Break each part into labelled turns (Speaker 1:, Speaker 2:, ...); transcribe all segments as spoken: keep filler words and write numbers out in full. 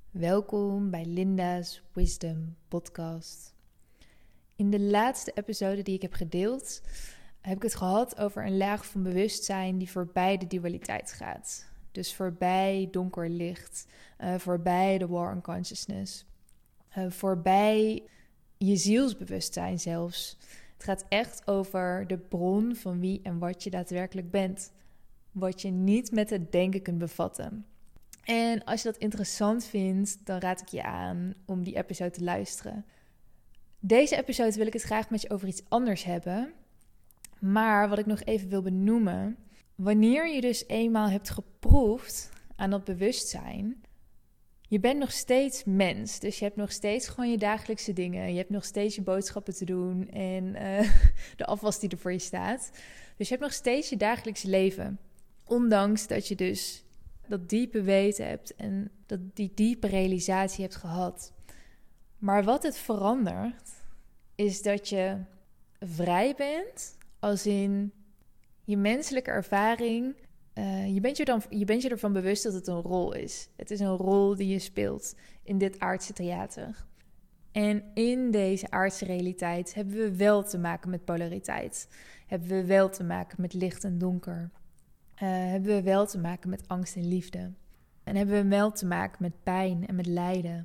Speaker 1: Welkom bij Linda's Wisdom Podcast. In de laatste episode die ik heb gedeeld, heb ik het gehad over een laag van bewustzijn die voorbij de dualiteit gaat. Dus voorbij donker licht, uh, voorbij de war on consciousness, uh, voorbij je zielsbewustzijn zelfs. Het gaat echt over de bron van wie en wat je daadwerkelijk bent. Wat je niet met het denken kunt bevatten. En als je dat interessant vindt, dan raad ik je aan om die episode te luisteren. Deze episode wil ik het graag met je over iets anders hebben. Maar wat ik nog even wil benoemen. Wanneer je dus eenmaal hebt geproefd aan dat bewustzijn. Je bent nog steeds mens. Dus je hebt nog steeds gewoon je dagelijkse dingen. Je hebt nog steeds je boodschappen te doen. En uh, de afwas die er voor je staat. Dus je hebt nog steeds je dagelijkse leven. Ondanks dat je dus dat diepe weten hebt en dat die diepe realisatie hebt gehad. Maar wat het verandert, is dat je vrij bent, als in je menselijke ervaring. Uh, je, bent je, dan, je bent je ervan bewust dat het een rol is. Het is een rol die je speelt in dit aardse theater. En in deze aardse realiteit hebben we wel te maken met polariteit. Hebben we wel te maken met licht en donker. Uh, hebben we wel te maken met angst en liefde. En hebben we wel te maken met pijn en met lijden.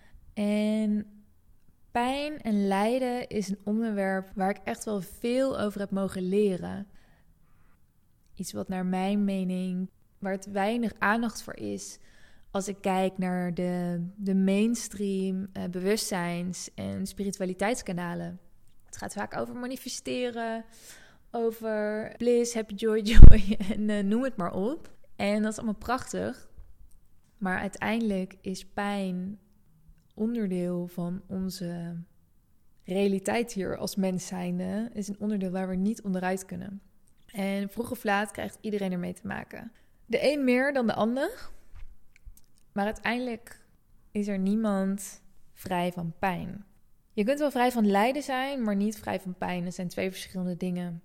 Speaker 1: En pijn en lijden is een onderwerp waar ik echt wel veel over heb mogen leren. Iets wat naar mijn mening, waar het weinig aandacht voor is, als ik kijk naar de, de mainstream uh, bewustzijns- en spiritualiteitskanalen. Het gaat vaak over manifesteren, over bliss, happy, joy, joy en uh, noem het maar op. En dat is allemaal prachtig. Maar uiteindelijk is pijn onderdeel van onze realiteit hier als mens zijnde. Is een onderdeel waar we niet onderuit kunnen. En vroeg of laat krijgt iedereen ermee te maken. De een meer dan de ander. Maar uiteindelijk is er niemand vrij van pijn. Je kunt wel vrij van lijden zijn, maar niet vrij van pijn. Dat zijn twee verschillende dingen.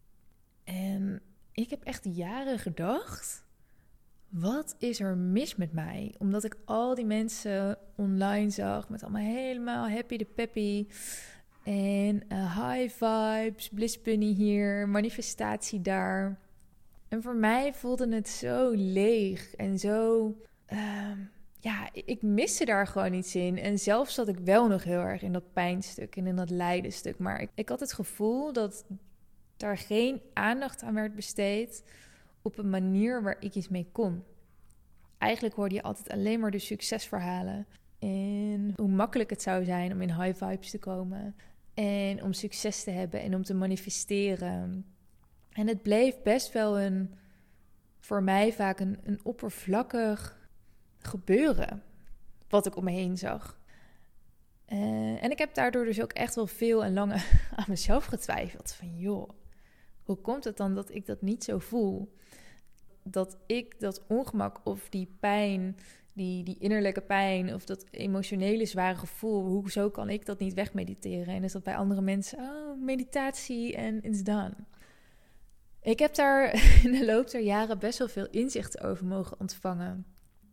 Speaker 1: En ik heb echt jaren gedacht, wat is er mis met mij? Omdat ik al die mensen online zag met allemaal helemaal happy de peppy. En uh, high vibes, bliss bunny hier, manifestatie daar. En voor mij voelde het zo leeg en zo. Uh, ja, ik miste daar gewoon iets in. En zelf zat ik wel nog heel erg in dat pijnstuk en in dat lijdenstuk. Maar ik, ik had het gevoel dat daar geen aandacht aan werd besteed op een manier waar ik iets mee kon. Eigenlijk hoorde je altijd alleen maar de succesverhalen. En hoe makkelijk het zou zijn om in high vibes te komen. En om succes te hebben en om te manifesteren. En het bleef best wel een, voor mij vaak een, een oppervlakkig gebeuren. Wat ik om me heen zag. Uh, en ik heb daardoor dus ook echt wel veel en lang aan mezelf getwijfeld. Van joh, hoe komt het dan dat ik dat niet zo voel? Dat ik dat ongemak of die pijn, die, die innerlijke pijn of dat emotionele zware gevoel, hoezo kan ik dat niet wegmediteren? En is dat bij andere mensen, oh, meditatie en it's done. Ik heb daar in de loop der jaren best wel veel inzichten over mogen ontvangen.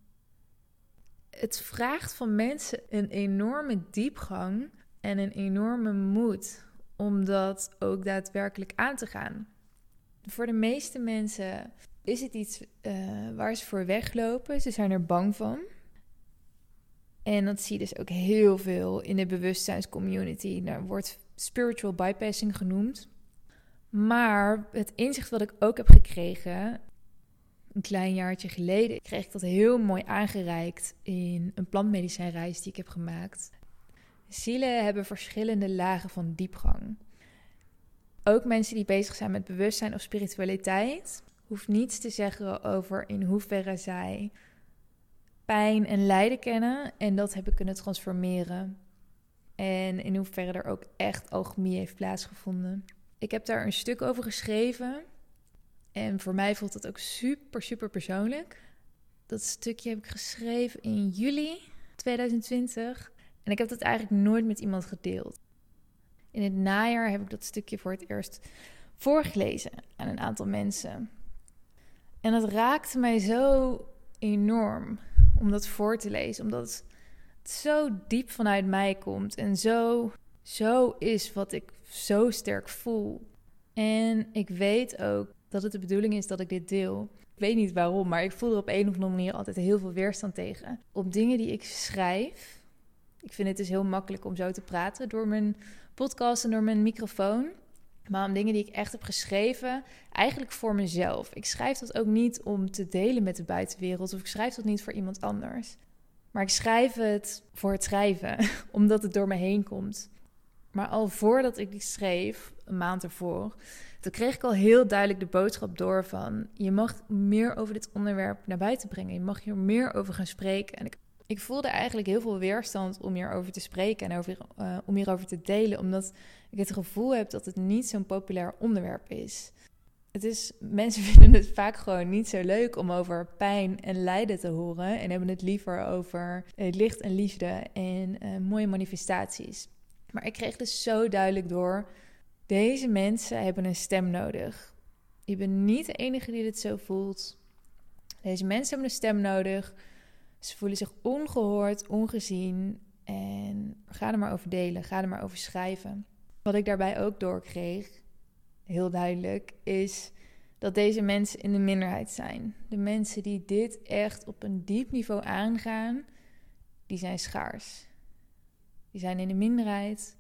Speaker 1: Het vraagt van mensen een enorme diepgang en een enorme moed om dat ook daadwerkelijk aan te gaan. Voor de meeste mensen is het iets uh, waar ze voor weglopen. Ze zijn er bang van. En dat zie je dus ook heel veel in de bewustzijnscommunity. Daar wordt spiritual bypassing genoemd. Maar het inzicht wat ik ook heb gekregen, een klein jaartje geleden, kreeg ik dat heel mooi aangereikt in een plantmedicijnreis die ik heb gemaakt. Zielen hebben verschillende lagen van diepgang. Ook mensen die bezig zijn met bewustzijn of spiritualiteit hoeft niets te zeggen over in hoeverre zij pijn en lijden kennen en dat hebben kunnen transformeren. En in hoeverre er ook echt alchemie heeft plaatsgevonden. Ik heb daar een stuk over geschreven. En voor mij voelt dat ook super, super persoonlijk. Dat stukje heb ik geschreven in juli tweeduizend twintig. En ik heb dat eigenlijk nooit met iemand gedeeld. In het najaar heb ik dat stukje voor het eerst voorgelezen aan een aantal mensen. En dat raakte mij zo enorm. om dat voor te lezen. Omdat het zo diep vanuit mij komt. En zo, zo is wat ik zo sterk voel. En ik weet ook dat het de bedoeling is dat ik dit deel. Ik weet niet waarom, maar ik voel er op een of andere manier altijd heel veel weerstand tegen. Op dingen die ik schrijf. Ik vind het dus heel makkelijk om zo te praten door mijn podcast en door mijn microfoon. Maar om dingen die ik echt heb geschreven, eigenlijk voor mezelf. Ik schrijf dat ook niet om te delen met de buitenwereld. Of ik schrijf dat niet voor iemand anders. Maar ik schrijf het voor het schrijven, omdat het door me heen komt. Maar al voordat ik die schreef, een maand ervoor, toen kreeg ik al heel duidelijk de boodschap door van, je mag meer over dit onderwerp naar buiten brengen. Je mag hier meer over gaan spreken. En ik, ik voelde eigenlijk heel veel weerstand om hierover te spreken en over, uh, om hierover te delen. Omdat ik het gevoel heb dat het niet zo'n populair onderwerp is. Het is, mensen vinden het vaak gewoon niet zo leuk om over pijn en lijden te horen. En hebben het liever over uh, licht en liefde en uh, mooie manifestaties. Maar ik kreeg dus zo duidelijk door, deze mensen hebben een stem nodig. Je bent niet de enige die dit zo voelt. Deze mensen hebben een stem nodig. Ze voelen zich ongehoord, ongezien. En ga er maar over delen, ga er maar over schrijven. Wat ik daarbij ook doorkreeg, heel duidelijk, is dat deze mensen in de minderheid zijn. De mensen die dit echt op een diep niveau aangaan, die zijn schaars. Die zijn in de minderheid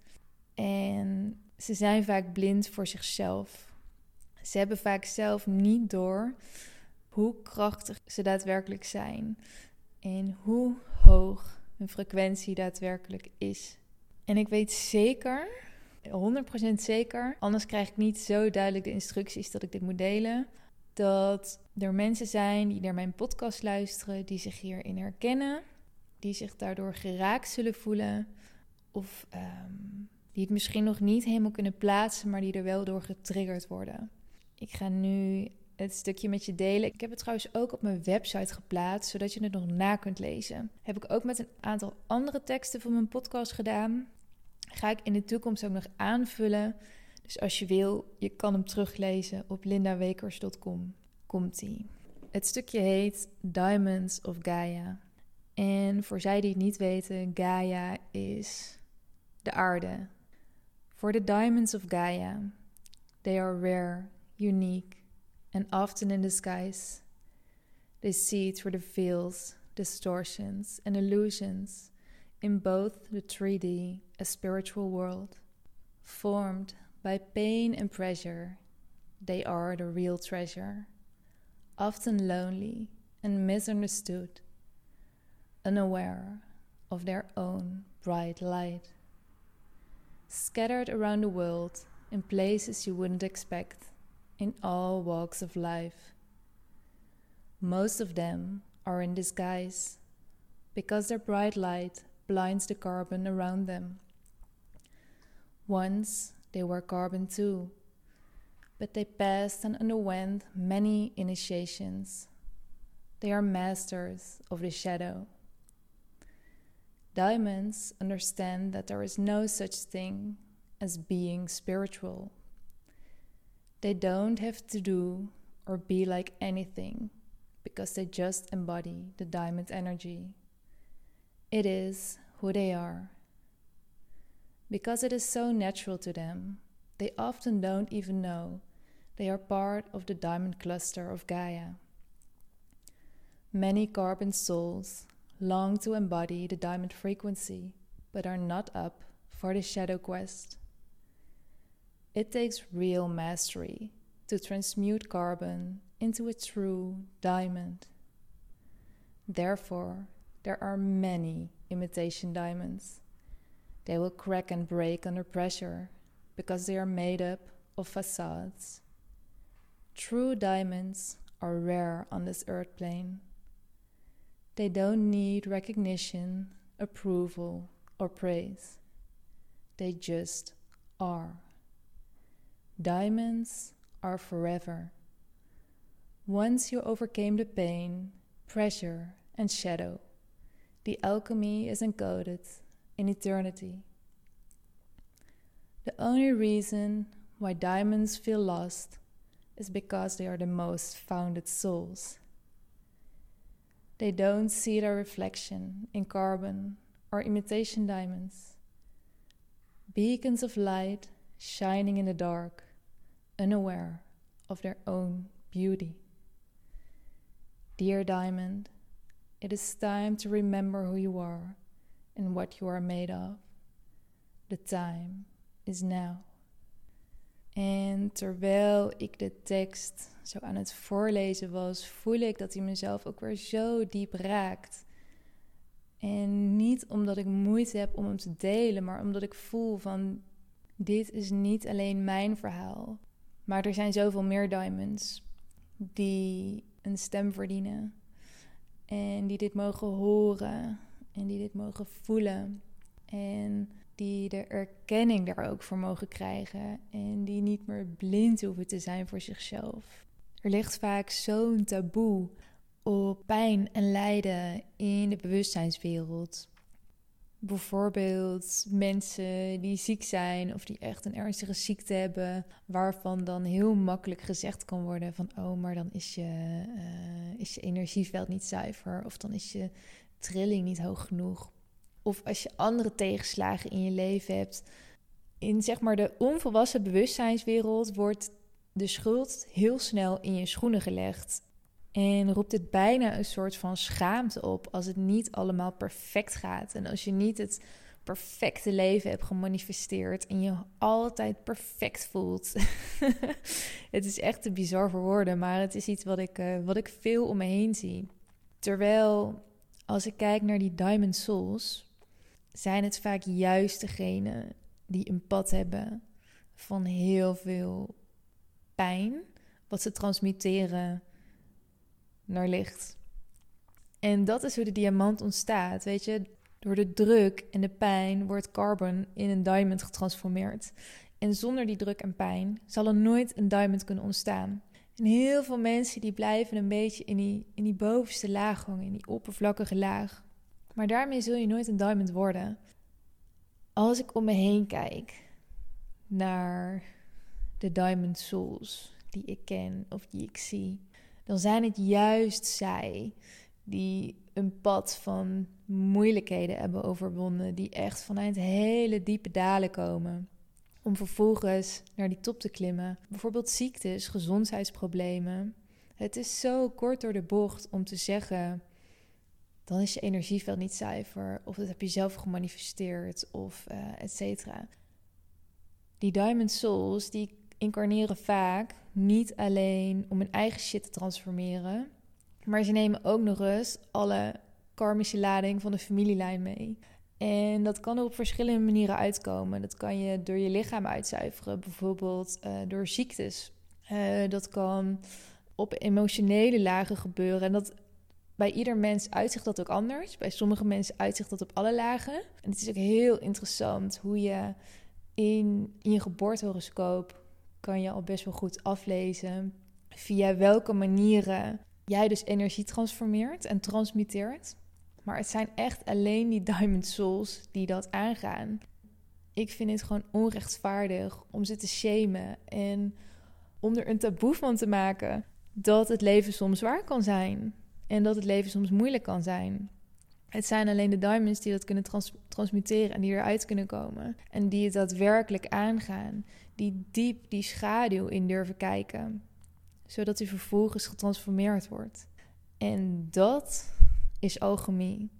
Speaker 1: en ze zijn vaak blind voor zichzelf. Ze hebben vaak zelf niet door hoe krachtig ze daadwerkelijk zijn en hoe hoog hun frequentie daadwerkelijk is. En ik weet zeker, honderd procent zeker, anders krijg ik niet zo duidelijk de instructies dat ik dit moet delen, dat er mensen zijn die naar mijn podcast luisteren, die zich hierin herkennen, die zich daardoor geraakt zullen voelen, of um, die het misschien nog niet helemaal kunnen plaatsen, maar die er wel door getriggerd worden. Ik ga nu het stukje met je delen. Ik heb het trouwens ook op mijn website geplaatst, zodat je het nog na kunt lezen. Heb ik ook met een aantal andere teksten van mijn podcast gedaan. Ga ik in de toekomst ook nog aanvullen. Dus als je wil, je kan hem teruglezen op linda wekers dot com. Komt-ie. Het stukje heet Diamonds of Gaia. En voor zij die het niet weten, Gaia is de aarde. For the diamonds of Gaia, they are rare, unique, and often in disguise. They see through the veils, distortions, and illusions in both the three D and spiritual world. Formed by pain and pressure, they are the real treasure, often lonely and misunderstood, unaware of their own bright light. Scattered around the world in places you wouldn't expect, in all walks of life. Most of them are in disguise, because their bright light blinds the carbon around them. Once they were carbon too, but they passed and underwent many initiations. They are masters of the shadow. Diamonds understand that there is no such thing as being spiritual. They don't have to do or be like anything, because they just embody the diamond energy. It is who they are. Because it is so natural to them, they often don't even know they are part of the diamond cluster of Gaia. Many carbon souls long to embody the diamond frequency, but are not up for the shadow quest. It takes real mastery to transmute carbon into a true diamond. Therefore, there are many imitation diamonds. They will crack and break under pressure because they are made up of facades. True diamonds are rare on this earth plane. They don't need recognition, approval, or praise. They just are. Diamonds are forever. Once you overcame the pain, pressure, and shadow, the alchemy is encoded in eternity. The only reason why diamonds feel lost is because they are the most founded souls. They don't see their reflection in carbon or imitation diamonds. Beacons of light shining in the dark, unaware of their own beauty. Dear diamond, it is time to remember who you are and what you are made of. The time is now. En terwijl ik de tekst zo aan het voorlezen was, voel ik dat hij mezelf ook weer zo diep raakt. En niet omdat ik moeite heb om hem te delen, maar omdat ik voel van, dit is niet alleen mijn verhaal. Maar er zijn zoveel meer diamonds die een stem verdienen. En die dit mogen horen. En die dit mogen voelen. En die de erkenning daar ook voor mogen krijgen. En die niet meer blind hoeven te zijn voor zichzelf. Er ligt vaak zo'n taboe op pijn en lijden in de bewustzijnswereld. Bijvoorbeeld mensen die ziek zijn of die echt een ernstige ziekte hebben, waarvan dan heel makkelijk gezegd kan worden van, oh, maar dan is je, uh, is je energieveld niet zuiver of dan is je trilling niet hoog genoeg. Of als je andere tegenslagen in je leven hebt. In zeg maar de onvolwassen bewustzijnswereld wordt de schuld heel snel in je schoenen gelegd. En roept het bijna een soort van schaamte op als het niet allemaal perfect gaat. En als je niet het perfecte leven hebt gemanifesteerd en je altijd perfect voelt. Het is echt te bizar voor woorden, maar het is iets wat ik, uh, wat ik veel om me heen zie. Terwijl als ik kijk naar die Diamond Souls, zijn het vaak juist degenen die een pad hebben van heel veel pijn, wat ze transmitteren naar licht. En dat is hoe de diamant ontstaat, weet je. Door de druk en de pijn wordt carbon in een diamond getransformeerd. En zonder die druk en pijn zal er nooit een diamond kunnen ontstaan. En heel veel mensen die blijven een beetje in die, in die bovenste laag hangen, in die oppervlakkige laag. Maar daarmee zul je nooit een diamond worden. Als ik om me heen kijk naar de Diamond Souls die ik ken of die ik zie, dan zijn het juist zij die een pad van moeilijkheden hebben overwonnen, die echt vanuit hele diepe dalen komen, om vervolgens naar die top te klimmen. Bijvoorbeeld ziektes, gezondheidsproblemen. Het is zo kort door de bocht om te zeggen, dan is je energieveld niet zuiver, of dat heb je zelf gemanifesteerd, of uh, et cetera. Die Diamond Souls, die incarneren vaak niet alleen om hun eigen shit te transformeren, maar ze nemen ook nog eens alle karmische lading van de familielijn mee. En dat kan er op verschillende manieren uitkomen. Dat kan je door je lichaam uitzuiveren, bijvoorbeeld uh, door ziektes. Uh, dat kan op emotionele lagen gebeuren. En dat, bij ieder mens uitzicht dat ook anders. Bij sommige mensen uitzicht dat op alle lagen. En het is ook heel interessant hoe je in, in je geboortehoroscoop kan je al best wel goed aflezen via welke manieren jij dus energie transformeert en transmitteert. Maar het zijn echt alleen die Diamond Souls die dat aangaan. Ik vind het gewoon onrechtvaardig om ze te shamen en om er een taboe van te maken dat het leven soms zwaar kan zijn en dat het leven soms moeilijk kan zijn. Het zijn alleen de diamonds die dat kunnen trans- transmuteren en die eruit kunnen komen. En die het daadwerkelijk aangaan. Die diep die schaduw in durven kijken. Zodat u vervolgens getransformeerd wordt. En dat is alchemie.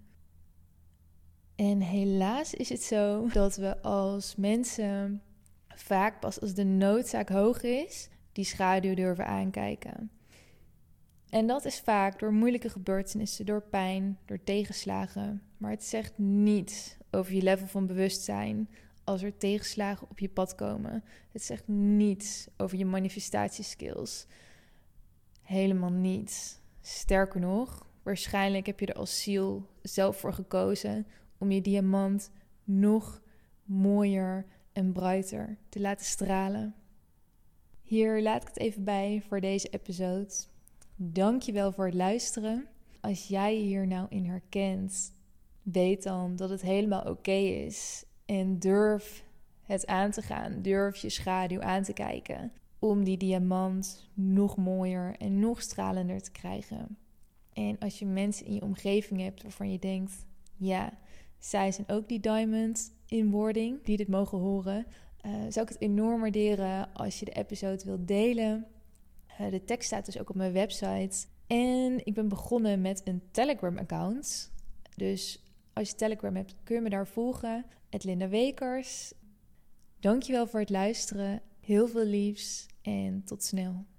Speaker 1: En helaas is het zo dat we als mensen vaak pas als de noodzaak hoog is, die schaduw durven aankijken. En dat is vaak door moeilijke gebeurtenissen, door pijn, door tegenslagen. Maar het zegt niets over je level van bewustzijn als er tegenslagen op je pad komen. Het zegt niets over je manifestatieskills. Helemaal niets. Sterker nog, waarschijnlijk heb je er als ziel zelf voor gekozen om je diamant nog mooier en brighter te laten stralen. Hier laat ik het even bij voor deze episode. Dank je wel voor het luisteren. Als jij je hier nou in herkent, weet dan dat het helemaal oké is. En durf het aan te gaan. Durf je schaduw aan te kijken. Om die diamant nog mooier en nog stralender te krijgen. En als je mensen in je omgeving hebt waarvan je denkt, ja, zij zijn ook die diamond in wording die dit mogen horen, uh, zou ik het enorm waarderen als je de episode wilt delen. Uh, de tekst staat dus ook op mijn website. En ik ben begonnen met een Telegram-account. Dus als je Telegram hebt, kun je me daar volgen. Het Linda Wekers. Dankjewel voor het luisteren. Heel veel liefs en tot snel.